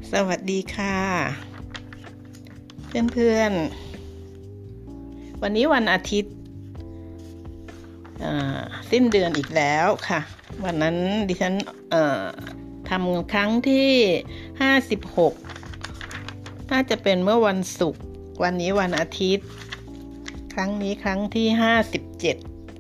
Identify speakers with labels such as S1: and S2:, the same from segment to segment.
S1: สวัสดีค่ะเพื่อนๆวันนี้วันอาทิตย์สิ้นเดือนอีกแล้วค่ะวันนั้นดิฉันทำครั้งที่56น่าจะเป็นเมื่อวันศุกร์วันนี้วันอาทิตย์ครั้งนี้ครั้งที่57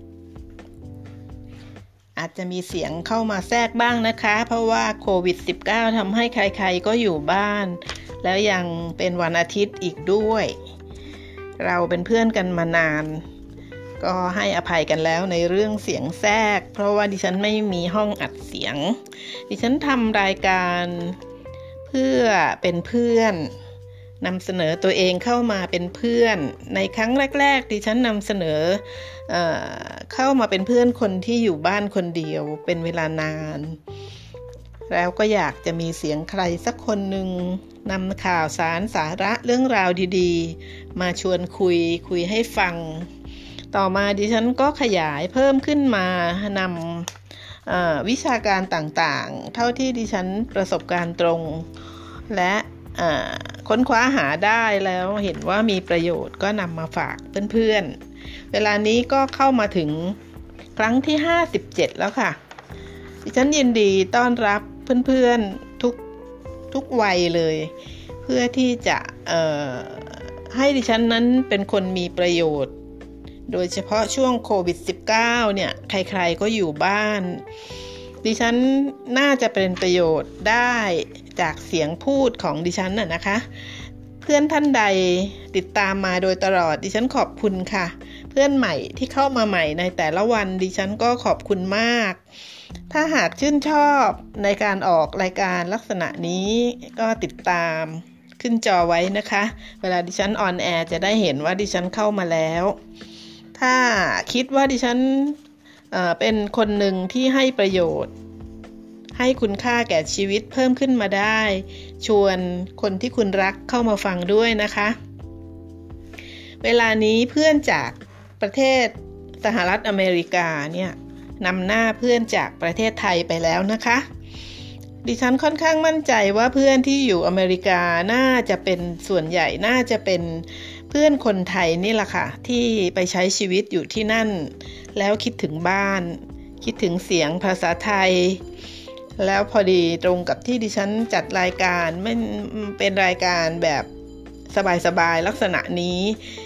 S1: อาจจะมีเสียงเข้ามาแทรกบ้างนะคะเพราะว่าโควิด-19 ทำให้ใครๆก็อยู่บ้านแล้วยังเป็นวันอาทิตย์อีกด้วยเราเป็นเพื่อนกันมานานก็ให้อภัยกันแล้วในเรื่องเสียงแทรกเพราะว่าดิฉันไม่มีห้องอัดเสียงดิฉันทำรายการเพื่อเป็นเพื่อนนำเสนอตัวเองเข้ามาเป็นเพื่อนในครั้งแรกๆดิฉันนำเสนอเข้ามาเป็นเพื่อนคนที่อยู่บ้านคนเดียวเป็นเวลานานแล้วก็อยากจะมีเสียงใครสักคนหนึ่งนำข่าวสารสาระเรื่องราวดีๆมาชวนคุยให้ฟังต่อมาดิฉันก็ขยายเพิ่มขึ้นมานำวิชาการต่างๆเท่าที่ดิฉันประสบการณ์ตรงและค้นคว้าหาได้แล้วเห็นว่ามีประโยชน์ก็นำมาฝากเพื่อนๆเวลานี้ก็เข้ามาถึงครั้งที่57แล้วค่ะดิฉันยินดีต้อนรับเพื่อนๆทุกวัยเลยเพื่อที่จะให้ดิฉันนั้นเป็นคนมีประโยชน์โดยเฉพาะช่วงโควิด-19 เนี่ยใครๆก็อยู่บ้านดิฉันน่าจะเป็นประโยชน์ได้จากเสียงพูดของดิฉันนะคะเพื่อนท่านใดติดตามมาโดยตลอดดิฉันขอบคุณค่ะเพื่อนใหม่ที่เข้ามาใหม่ในแต่ละวันดิฉันก็ขอบคุณมากถ้าหากชื่นชอบในการออกรายการลักษณะนี้ก็ติดตามขึ้นจอไว้นะคะเวลาดิฉันออนแอร์จะได้เห็นว่าดิฉันเข้ามาแล้วถ้าคิดว่าดิฉันเป็นคนหนึ่งที่ให้ประโยชน์ให้คุณค่าแก่ชีวิตเพิ่มขึ้นมาได้ชวนคนที่คุณรักเข้ามาฟังด้วยนะคะเวลานี้เพื่อนจากประเทศสหรัฐอเมริกาเนี่ยนำหน้าเพื่อนจากประเทศไทยไปแล้วนะคะดิฉันค่อนข้างมั่นใจว่าเพื่อนที่อยู่อเมริกาน่าจะเป็นส่วนใหญ่น่าจะเป็นเพื่อนคนไทยนี่แหละค่ะที่ไปใช้ชีวิตอยู่ที่นั่นแล้วคิดถึงบ้านคิดถึงเสียงภาษาไทยแล้วพอดีตรงกับที่ดิฉันจัดรายการไม่เป็นรายการแบบสบายๆลักษณะนี้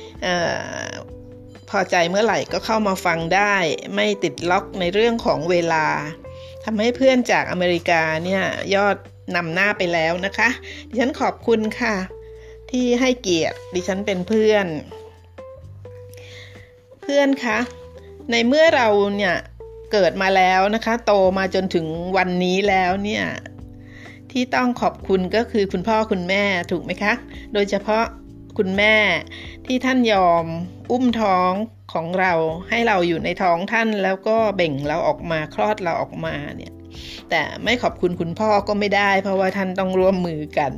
S1: พอใจเมื่อไหร่ก็เข้ามาฟังได้ไม่ติดล็อกในเรื่องของเวลาทำให้เพื่อนจากอเมริกาเนี่ยยอดนำหน้าไปแล้วนะคะดิฉันขอบคุณค่ะที่ให้เกียรติดิฉันเป็นเพื่อนคะในเมื่อเราเนี่ยเกิดมาแล้วนะคะโตมาจนถึงวันนี้แล้วเนี่ยที่ต้องขอบคุณก็คือคุณพ่อคุณแม่ถูกไหมคะโดยเฉพาะคุณแม่ที่ท่านยอมอุ้มท้องของเราให้เราอยู่ในท้องท่านแล้วก็เบ่งเราออกมาคลอดเราออกมาเนี่ยแต่ไม่ขอบคุณคุณพ่อก็ไม่ได้เพราะว่าท่านต้องร่วมมือกัน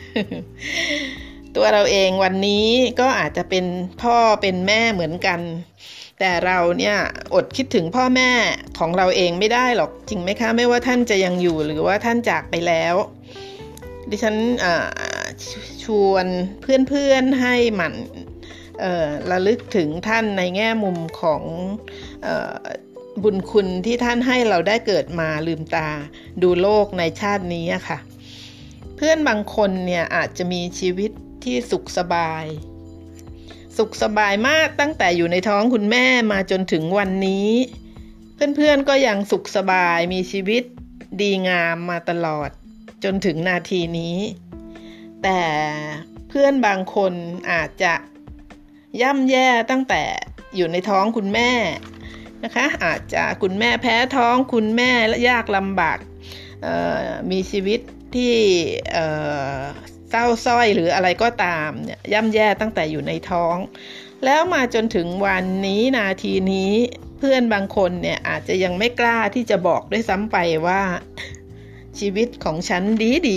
S1: ตัวเราเองวันนี้ก็อาจจะเป็นพ่อเป็นแม่เหมือนกันแต่เราเนี่ยอดคิดถึงพ่อแม่ของเราเองไม่ได้หรอกจริงไหมคะไม่ว่าท่านจะยังอยู่หรือว่าท่านจากไปแล้วดิฉันชวนเพื่อนๆให้หมั่นระลึกถึงท่านในแง่มุมของบุญคุณที่ท่านให้เราได้เกิดมาลืมตาดูโลกในชาตินี้ค่ะเพื่อนบางคนเนี่ยอาจจะมีชีวิตที่สุขสบายมากตั้งแต่อยู่ในท้องคุณแม่มาจนถึงวันนี้เพื่อนๆก็ยังสุขสบายมีชีวิตดีงามมาตลอดจนถึงนาทีนี้แต่เพื่อนบางคนอาจจะย่ำแย่ตั้งแต่อยู่ในท้องคุณแม่นะคะอาจจะคุณแม่แพ้ท้องคุณแม่ยากลำบากมีชีวิตที่เศร้าส้อยหรืออะไรก็ตามเนี่ยย่ำแย่ตั้งแต่อยู่ในท้องแล้วมาจนถึงวันนี้นาทีนี้เพื่อนบางคนเนี่ยอาจจะยังไม่กล้าที่จะบอกด้วยซ้ำไปว่าชีวิตของฉันดี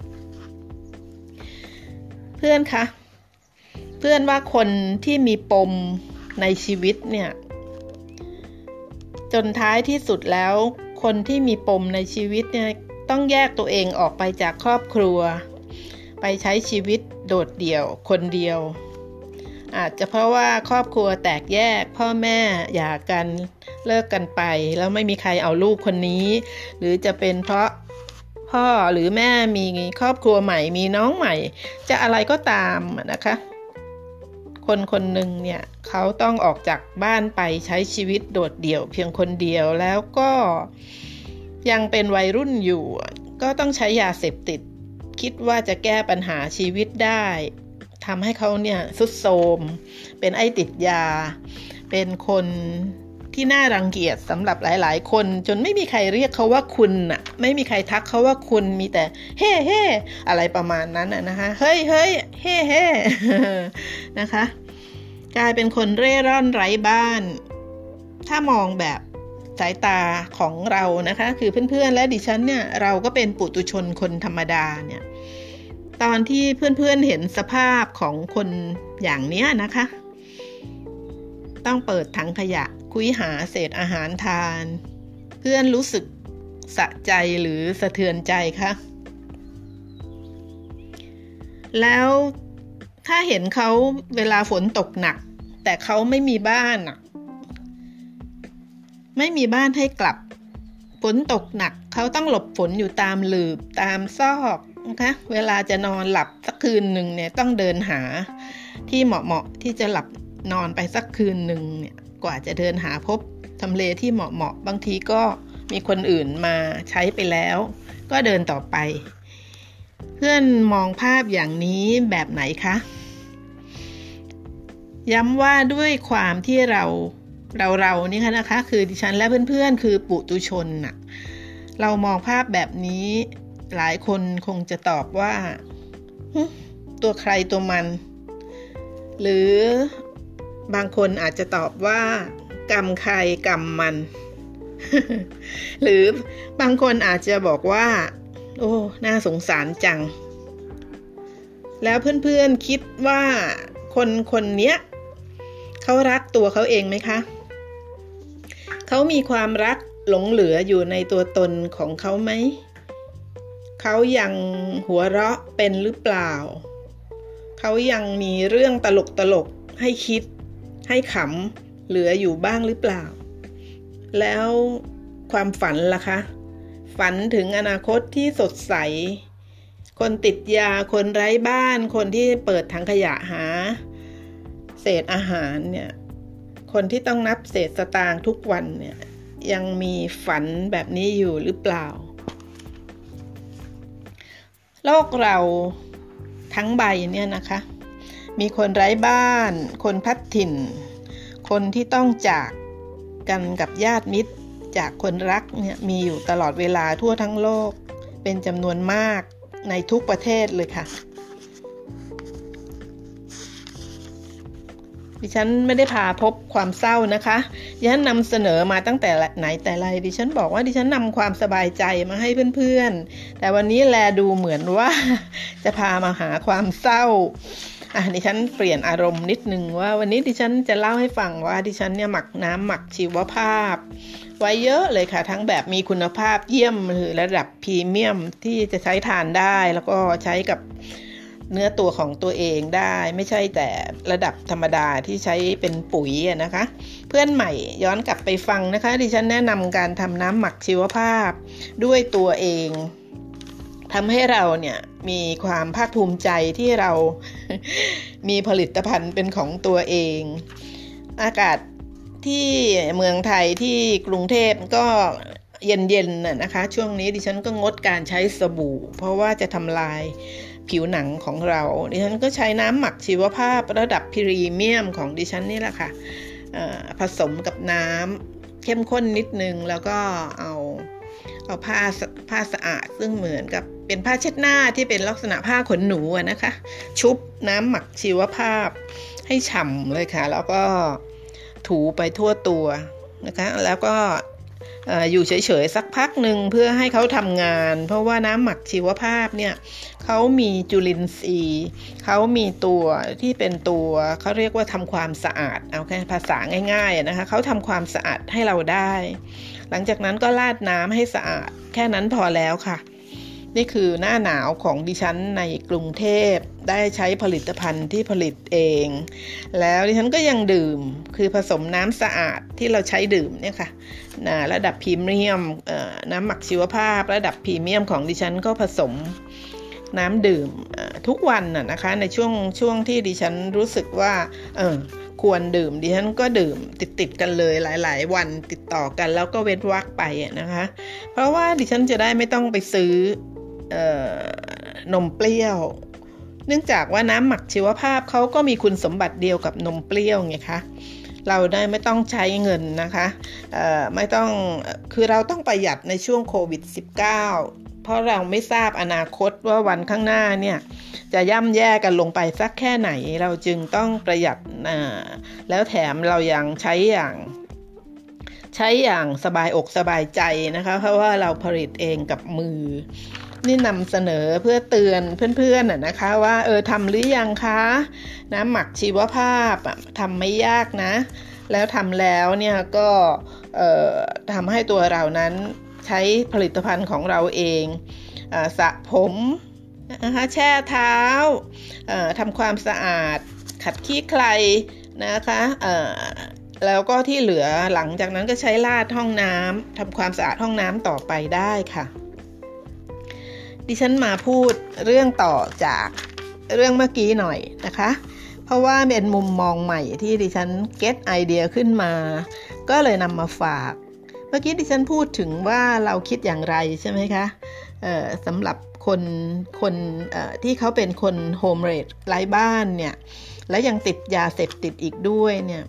S1: เพื่อนคะเพื่อนว่าคนที่มีปมในชีวิตเนี่ยจนท้ายที่สุดแล้วคนที่มีปมในชีวิตเนี่ยต้องแยกตัวเองออกไปจากครอบครัวไปใช้ชีวิตโดดเดี่ยวคนเดียวอาจจะเพราะว่าครอบครัวแตกแยกพ่อแม่หย่ากันเลิกกันไปแล้วไม่มีใครเอาลูกคนนี้หรือจะเป็นเพราะพ่อหรือแม่มีครอบครัวใหม่มีน้องใหม่จะอะไรก็ตามนะคะคนคนหนึ่งเนี่ยเขาต้องออกจากบ้านไปใช้ชีวิตโดดเดี่ยวเพียงคนเดียวแล้วก็ยังเป็นวัยรุ่นอยู่ก็ต้องใช้ยาเสพติดคิดว่าจะแก้ปัญหาชีวิตได้ทำให้เขาเนี่ยทรุดโทรมเป็นไอ้ติดยาเป็นคนที่น่ารังเกียจสำหรับหลายๆคนจนไม่มีใครเรียกเขาว่าคุณน่ะไม่มีใครทักเขาว่าคุณมีแต่เฮ่เฮ่อะไรประมาณนั้นนะคะเฮ้ยเฮ้ยเฮ่เฮ่นะคะกลายเป็นคนเร่ร่อนไร้บ้านถ้ามองแบบสายตาของเรานะคะคือเพื่อนๆและดิฉันเนี่ยเราก็เป็นปุถุชนคนธรรมดาเนี่ยตอนที่เพื่อนๆเห็นสภาพของคนอย่างเนี้ยนะคะต้องเปิดถังขยะคุยหาเศษอาหารทานเพื่อนรู้สึกสะใจหรือสะเทือนใจคะแล้วถ้าเห็นเขาเวลาฝนตกหนักแต่เขาไม่มีบ้านไม่มีบ้านให้กลับฝนตกหนักเขาต้องหลบฝนอยู่ตามหลืบตามซอกนะคะเวลาจะนอนหลับสักคืนหนึ่งเนี่ยต้องเดินหาที่เหมาะๆที่จะหลับนอนไปสักคืนหนึ่งเนี่ยกว่าจะเดินหาพบทำเลที่เหมาะๆบางทีก็มีคนอื่นมาใช้ไปแล้วก็เดินต่อไปเพื่อนมองภาพอย่างนี้แบบไหนคะย้ำว่าด้วยความที่เรานี่ค่ะนะคะคือดิฉันและเพื่อนๆคือปุถุชนน่ะเรามองภาพแบบนี้หลายคนคงจะตอบว่าตัวใครตัวมันหรือบางคนอาจจะตอบว่ากรรมใครกรรมมัน หรือบางคนอาจจะบอกว่าโอ้น่าสงสารจังแล้วเพื่อนๆคิดว่าคนเนี้ยเขารักตัวเขาเองไหมคะเขามีความรักหลงเหลืออยู่ในตัวตนของเขาไหมเขายังหัวเราะเป็นหรือเปล่าเขายังมีเรื่องตลกให้คิดให้ขำเหลืออยู่บ้างหรือเปล่าแล้วความฝันล่ะคะฝันถึงอนาคตที่สดใสคนติดยาคนไร้บ้านคนที่เปิดถังขยะหาเศษอาหารเนี่ยคนที่ต้องนับเศษสตางค์ทุกวันเนี่ยยังมีฝันแบบนี้อยู่หรือเปล่าโลกเราทั้งใบเนี่ยนะคะมีคนไร้บ้านคนพลัดถิ่นคนที่ต้องจากกันกับญาติมิตรจากคนรักเนี่ยมีอยู่ตลอดเวลาทั่วทั้งโลกเป็นจำนวนมากในทุกประเทศเลยค่ะดิฉันไม่ได้พาพบความเศร้านะคะดิฉันนำเสนอมาตั้งแต่ไหนแต่ไรดิฉันบอกว่าดิฉันนำความสบายใจมาให้เพื่อนๆแต่วันนี้แลดูเหมือนว่าจะพามาหาความเศร้าดิฉันเปลี่ยนอารมณ์นิดนึงว่าวันนี้ดิฉันจะเล่าให้ฟังว่าดิฉันเนี่ยหมักน้ำหมักชีวภาพไว้เยอะเลยค่ะทั้งแบบมีคุณภาพเยี่ยมหรือระดับพรีเมียมที่จะใช้ทานได้แล้วก็ใช้กับเนื้อตัวของตัวเองได้ไม่ใช่แต่ระดับธรรมดาที่ใช้เป็นปุ๋ยนะคะเพื่อนใหม่ย้อนกลับไปฟังนะคะดิฉันแนะนำการทำน้ำหมักชีวภาพด้วยตัวเองทำให้เราเนี่ยมีความภาคภูมิใจที่เรา มีผลิตภัณฑ์เป็นของตัวเองอากาศที่เมืองไทยที่กรุงเทพก็เย็นๆนะคะช่วงนี้ดิฉันก็งดการใช้สบู่เพราะว่าจะทำลายผิวหนังของเราดิฉันก็ใช้น้ำหมักชีวภาพระดับพรีเมียมของดิฉันนี่แหละค่ะผสมกับน้ำเข้มข้นนิดนึงแล้วก็เอาผ้าสะอาดซึ่งเหมือนกับเป็นผ้าเช็ดหน้าที่เป็นลักษณะผ้าขนหนูนะคะชุบน้ำหมักชีวภาพให้ฉ่ำเลยค่ะแล้วก็ถูไปทั่วตัวนะคะแล้วก็อยู่เฉยๆสักพักหนึ่งเพื่อให้เขาทำงานเพราะว่าน้ำหมักชีวภาพเนี่ยเขามีจุลินทรีย์เขามีตัวที่เป็นตัวเขาเรียกว่าทำความสะอาดเอาแค่ภาษาง่ายๆนะคะเขาทำความสะอาดให้เราได้หลังจากนั้นก็ราดน้ำให้สะอาดแค่นั้นพอแล้วค่ะนี่คือหน้าหนาวของดิฉันในกรุงเทพได้ใช้ผลิตภัณฑ์ที่ผลิตเองแล้วดิฉันก็ยังดื่มคือผสมน้ำสะอาดที่เราใช้ดื่มเนี่ยค่ะระดับพรีเมียมน้ำหมักชีวภาพระดับพรีเมียมของดิฉันก็ผสมน้ำดื่มทุกวันนะคะในช่วงที่ดิฉันรู้สึกว่าควรดื่มดิฉันก็ดื่มติดกันเลยหลายๆวันติดต่อกันแล้วก็เว้นวรรคไปนะคะเพราะว่าดิฉันจะได้ไม่ต้องไปซื้อนมเปรี้ยวเนื่องจากว่าน้ำหมักชีวภาพเขาก็มีคุณสมบัติเดียวกับนมเปรี้ยวไงคะเราได้ไม่ต้องใช้เงินนะคะไม่ต้องคือเราต้องประหยัดในช่วงโควิด -19 เพราะเราไม่ทราบอนาคตว่าวันข้างหน้าเนี่ยจะย่ำแย่กันลงไปสักแค่ไหนเราจึงต้องประหยัดแล้วแถมเรายังใช้อย่างสบายอกสบายใจนะคะเพราะว่าเราผลิตเองกับมือนี่นำเสนอเพื่อเตือนเพื่อนๆนะคะว่าทำหรือยังคะน้ำหมักชีวภาพทำไม่ยากนะแล้วทำแล้วเนี่ยก็ทำให้ตัวเรานั้นใช้ผลิตภัณฑ์ของเราเองสระผมนะคะแช่เท้าทำความสะอาดขัดขี้ใครนะคะแล้วก็ที่เหลือหลังจากนั้นก็ใช้ลาดห้องน้ำทำความสะอาดห้องน้ำต่อไปได้ค่ะดิฉันมาพูดเรื่องต่อจากเรื่องเมื่อกี้หน่อยนะคะเพราะว่าเป็นมุมมองใหม่ที่ดิฉันเก็ตไอเดียขึ้นมาก็เลยนำมาฝากเมื่อกี้ดิฉันพูดถึงว่าเราคิดอย่างไรใช่ไหมคะสำหรับคนที่เขาเป็นคนโฮมเรดไร้บ้านเนี่ยและยังติดยาเสพติดอีกด้วยเนี่ย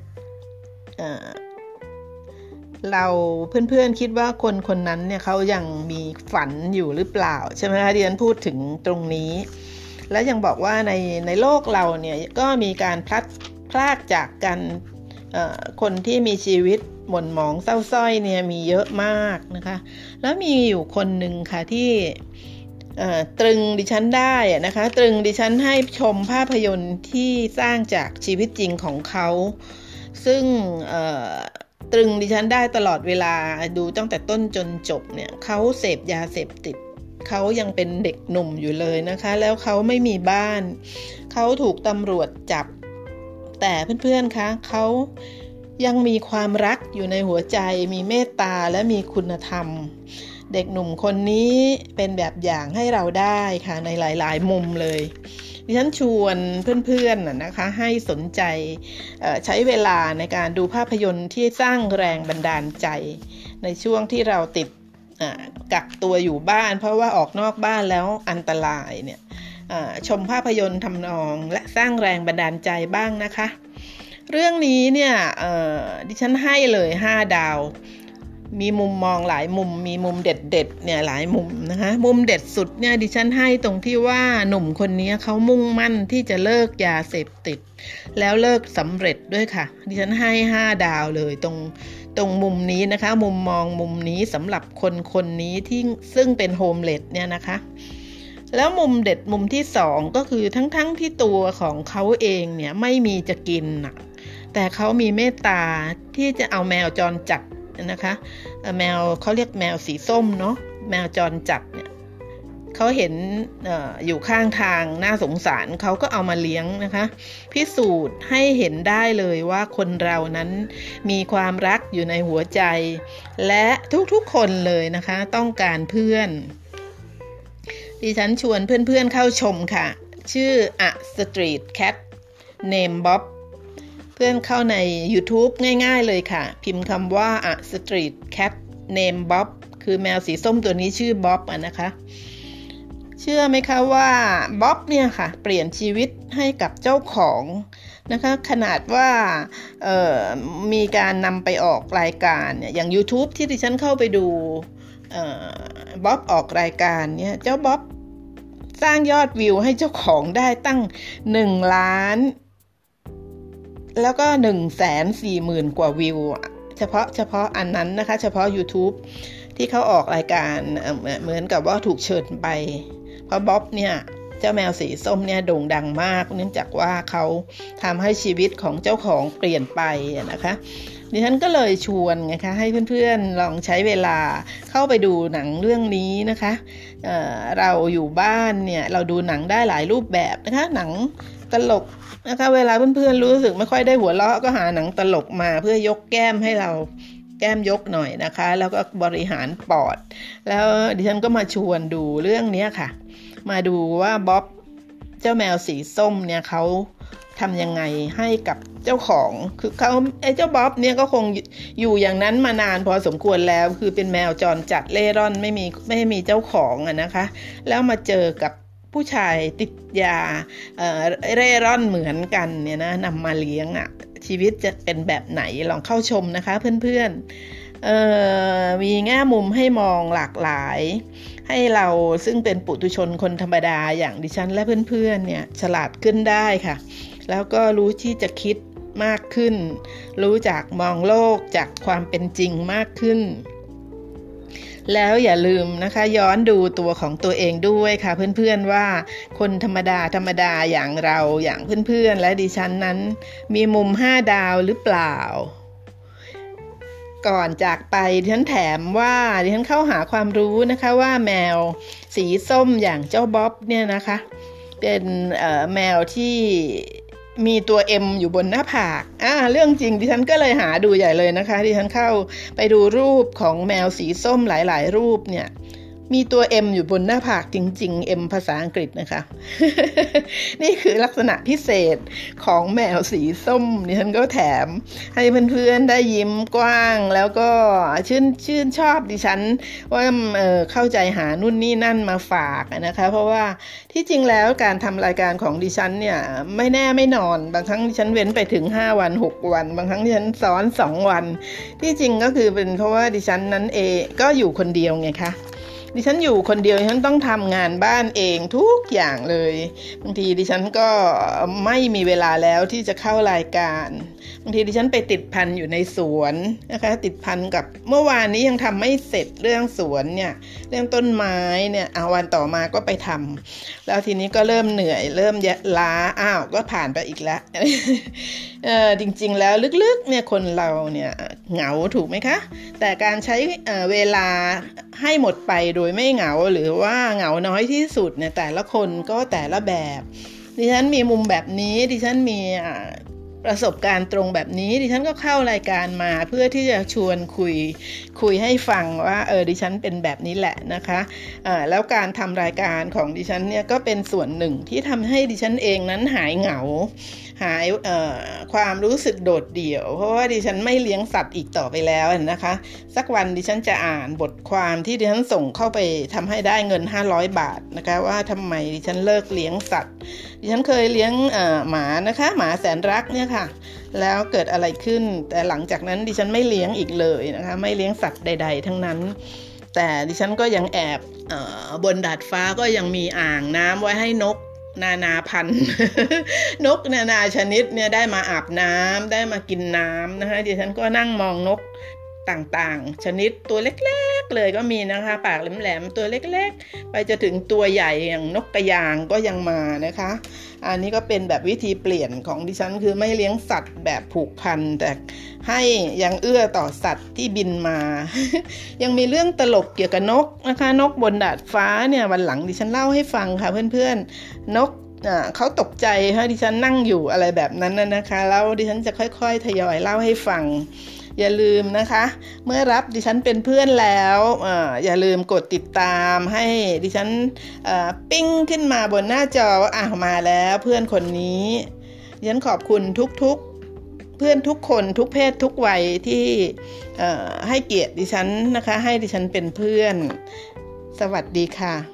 S1: เราเพื่อนๆคิดว่าคนนั้นเนี่ยเขายังมีฝันอยู่หรือเปล่าใช่ไหมคะดิฉันพูดถึงตรงนี้และยังบอกว่าในโลกเราเนี่ยก็มีการพลัดพรากจากกันคนที่มีชีวิตหม่นหมองเศร้าส้อยเนี่ยมีเยอะมากนะคะแล้วมีอยู่คนหนึ่งค่ะที่ตรึงดิฉันได้นะคะตรึงดิฉันให้ชมภาพยนตร์ที่สร้างจากชีวิตจริงของเขาซึ่งตรึงดิฉันได้ตลอดเวลาดูตั้งแต่ต้นจนจบเนี่ยเขาเสพยาเสพติดเขายังเป็นเด็กหนุ่มอยู่เลยนะคะแล้วเขาไม่มีบ้านเขาถูกตำรวจจับแต่เพื่อนๆคะเขายังมีความรักอยู่ในหัวใจมีเมตตาและมีคุณธรรมเด็กหนุ่มคนนี้เป็นแบบอย่างให้เราได้ค่ะในหลายๆมุมเลยดิฉันชวนเพื่อนๆนะคะให้สนใจใช้เวลาในการดูภาพยนตร์ที่สร้างแรงบันดาลใจในช่วงที่เราติดกักตัวอยู่บ้านเพราะว่าออกนอกบ้านแล้วอันตรายเนี่ยชมภาพยนตร์ทำนองและสร้างแรงบันดาลใจบ้างนะคะเรื่องนี้เนี่ยดิฉันให้เลย5 ดาวมีมุมมองหลายมุมมีมุมเด็ดๆเนี่ยหลายมุมนะคะมุมเด็ดสุดเนี่ยดิฉันให้ตรงที่ว่าหนุ่มคนนี้เขามุ่งมั่นที่จะเลิกยาเสพติดแล้วเลิกสำเร็จด้วยค่ะดิฉันให้5 ดาวเลยตรงมุมนี้นะคะมุมมองมุมนี้สำหรับคนนี้ที่ซึ่งเป็นโฮมเลสเนี่ยนะคะแล้วมุมเด็ดมุมที่2ก็คือทั้งที่ตัวของเขาเองเนี่ยไม่มีจะกินนะแต่เขามีเมตตาที่จะเอาแมวจรจัดนะคะแมวเขาเรียกแมวสีส้มเนาะแมวจรจัดเนี่ยเขาเห็นอยู่ข้างทางน่าสงสารเขาก็เอามาเลี้ยงนะคะพิสูจน์ให้เห็นได้เลยว่าคนเรานั้นมีความรักอยู่ในหัวใจและทุกๆคนเลยนะคะต้องการเพื่อนดิฉันชวนเพื่อนๆเข้าชมค่ะชื่อ A Street Cat Name Bob เพื่อนเข้าใน YouTube ง่ายๆเลยค่ะพิมพ์คำว่า A Street Cat Name Bob คือแมวสีส้มตัวนี้ชื่อบ๊อบนะคะเชื่อไหมคะว่าบ๊อบเนี่ยค่ะเปลี่ยนชีวิตให้กับเจ้าของนะคะขนาดว่ามีการนำไปออกรายการเนี่ยอย่าง YouTube ที่ดิฉันเข้าไปดูบ๊อบออกรายการเนี่ยเจ้าบ๊อบสร้างยอดวิวให้เจ้าของได้ตั้ง1 ล้านแล้วก็ 140,000 กว่าวิวเฉพาะอันนั้นนะคะเฉพาะ YouTube ที่เขาออกรายการเหมือนกับว่าถูกเชิญไปเพราะบ๊อบเนี่ยเจ้าแมวสีส้มเนี่ยโด่งดังมากเนื่องจากว่าเขาทำให้ชีวิตของเจ้าของเปลี่ยนไปนะคะดิฉันก็เลยชวนไงคะให้เพื่อนๆลองใช้เวลาเข้าไปดูหนังเรื่องนี้นะคะเราอยู่บ้านเนี่ยเราดูหนังได้หลายรูปแบบนะคะหนังตลกนะคะเวลาเพื่อนๆรู้สึกไม่ค่อยได้หัวเราะก็หาหนังตลกมาเพื่อยกแก้มให้เราแก้มยกหน่อยนะคะแล้วก็บริหารปอดแล้วดิฉันก็มาชวนดูเรื่องนี้ค่ะมาดูว่าบ๊อบเจ้าแมวสีส้มเนี่ยเขาทำยังไงให้กับเจ้าของคือเขาเจ้าบ๊อบเนี่ยก็คงอยู่อย่างนั้นมานานพอสมควรแล้วคือเป็นแมวจรจัดเล่ร่อนไม่มีเจ้าของนะคะแล้วมาเจอกับผู้ชายติดยาเร่ร่อนเหมือนกันเนี่ยนะนำมาเลี้ยงชีวิตจะเป็นแบบไหนลองเข้าชมนะคะเพื่อนๆมีแง่มุมให้มองหลากหลายให้เราซึ่งเป็นปุถุชนคนธรรมดาอย่างดิฉันและเพื่อนๆเนี่ยฉลาดขึ้นได้ค่ะแล้วก็รู้ที่จะคิดมากขึ้นรู้จักมองโลกจากความเป็นจริงมากขึ้นแล้วอย่าลืมนะคะย้อนดูตัวของตัวเองด้วยค่ะเพื่อนๆว่าคนธรรมดาอย่างเราอย่างเพื่อนๆและดิฉันนั้นมีมุม5 ดาวหรือเปล่าก่อนจากไปดิฉันแถมว่าดิฉันเข้าหาความรู้นะคะว่าแมวสีส้มอย่างเจ้าบ๊อบเนี่ยนะคะเป็นแมวที่มีตัว M อยู่บนหน้าผากเรื่องจริงดิฉันก็เลยหาดูใหญ่เลยนะคะดิฉันเข้าไปดูรูปของแมวสีส้มหลายๆรูปเนี่ยมีตัว M อยู่บนหน้าผากจริงๆ M ภาษาอังกฤษนะคะ นี่คือลักษณะพิเศษของแมวสีส้มดิฉันก็แถมให้เพื่อนๆได้ยิ้มกว้างแล้วก็ชื่นชอบดิฉันว่าเข้าใจหานู่นนี่นั่นมาฝากนะคะเพราะว่าที่จริงแล้วการทำรายการของดิฉันเนี่ยไม่แน่ไม่นอนบางครั้งดิฉันเว้นไปถึง5 วัน6 วันบางครั้งดิฉันซ้อน2 วันที่จริงก็คือเป็นเพราะว่าดิฉันนั้นก็อยู่คนเดียวไงคะดิฉันอยู่คนเดียวดิฉันต้องทำงานบ้านเองทุกอย่างเลยบางทีดิฉันก็ไม่มีเวลาแล้วที่จะเข้ารายการบางทีดิฉันไปติดพันอยู่ในสวนนะคะติดพันกับเมื่อวานนี้ยังทำไม่เสร็จเรื่องสวนเนี่ยเรื่องต้นไม้เนี่ยวันต่อมาก็ไปทำแล้วทีนี้ก็เริ่มเหนื่อยเริ่มล้าก็ผ่านไปอีกแล้ว จริงๆแล้วลึกๆเนี่ยคนเราเนี่ยเหงาถูกไหมคะแต่การใช้เวลาให้หมดไปโดยไม่เหงาหรือว่าเหงาน้อยที่สุดเนี่ยแต่ละคนก็แต่ละแบบดิฉันมีมุมแบบนี้ดิฉันมีประสบการณ์ตรงแบบนี้ดิฉันก็เข้ารายการมาเพื่อที่จะชวนคุยให้ฟังว่าดิฉันเป็นแบบนี้แหละนะคะแล้วการทำรายการของดิฉันเนี่ยก็เป็นส่วนหนึ่งที่ทำให้ดิฉันเองนั้นหายเหงาหายความรู้สึกโดดเดี่ยวเพราะว่าดิฉันไม่เลี้ยงสัตว์อีกต่อไปแล้วนะคะสักวันดิฉันจะอ่านบทความที่ดิฉันส่งเข้าไปทำให้ได้เงิน500 บาทนะคะว่าทำไมดิฉันเลิกเลี้ยงสัตว์ดิฉันเคยเลี้ยงหมานะคะหมาแสนรักเนี่ยค่ะแล้วเกิดอะไรขึ้นแต่หลังจากนั้นดิฉันไม่เลี้ยงอีกเลยนะคะไม่เลี้ยงสัตว์ใดๆทั้งนั้นแต่ดิฉันก็ยังแอบบนดาดฟ้าก็ยังมีอ่างน้ำไว้ให้นกนานาพันธุ์ นกนานาชนิดเนี่ยได้มาอาบน้ำได้มากินน้ำนะคะดิฉันก็นั่งมองนกต่างๆชนิดตัวเล็กๆเลยก็มีนะคะปากแหลมๆตัวเล็กๆไปจะถึงตัวใหญ่อย่างนกกระยางก็ยังมานะคะอันนี้ก็เป็นแบบวิธีเปลี่ยนของดิฉันคือไม่เลี้ยงสัตว์แบบผูกพันแต่ให้ยังเอื้อต่อสัตว์ที่บินมา ยังมีเรื่องตลกเกี่ยวกับนกนะคะนกบนดาดฟ้าเนี่ยวันหลังดิฉันเล่าให้ฟังค่ะเพื่อนๆนกเขาตกใจค่ะดิฉันนั่งอยู่อะไรแบบนั้นนะคะแล้วดิฉันจะค่อยๆทยอยเล่าให้ฟังอย่าลืมนะคะเมื่อรับดิฉันเป็นเพื่อนแล้วอย่าลืมกดติดตามให้ดิฉันปิ้งขึ้นมาบนหน้าจอมาแล้วเพื่อนคนนี้ดิฉันขอบคุณทุกเพื่อนทุกคนทุกเพศทุกวัยที่ให้เกียรติดิฉันนะคะให้ดิฉันเป็นเพื่อนสวัสดีค่ะ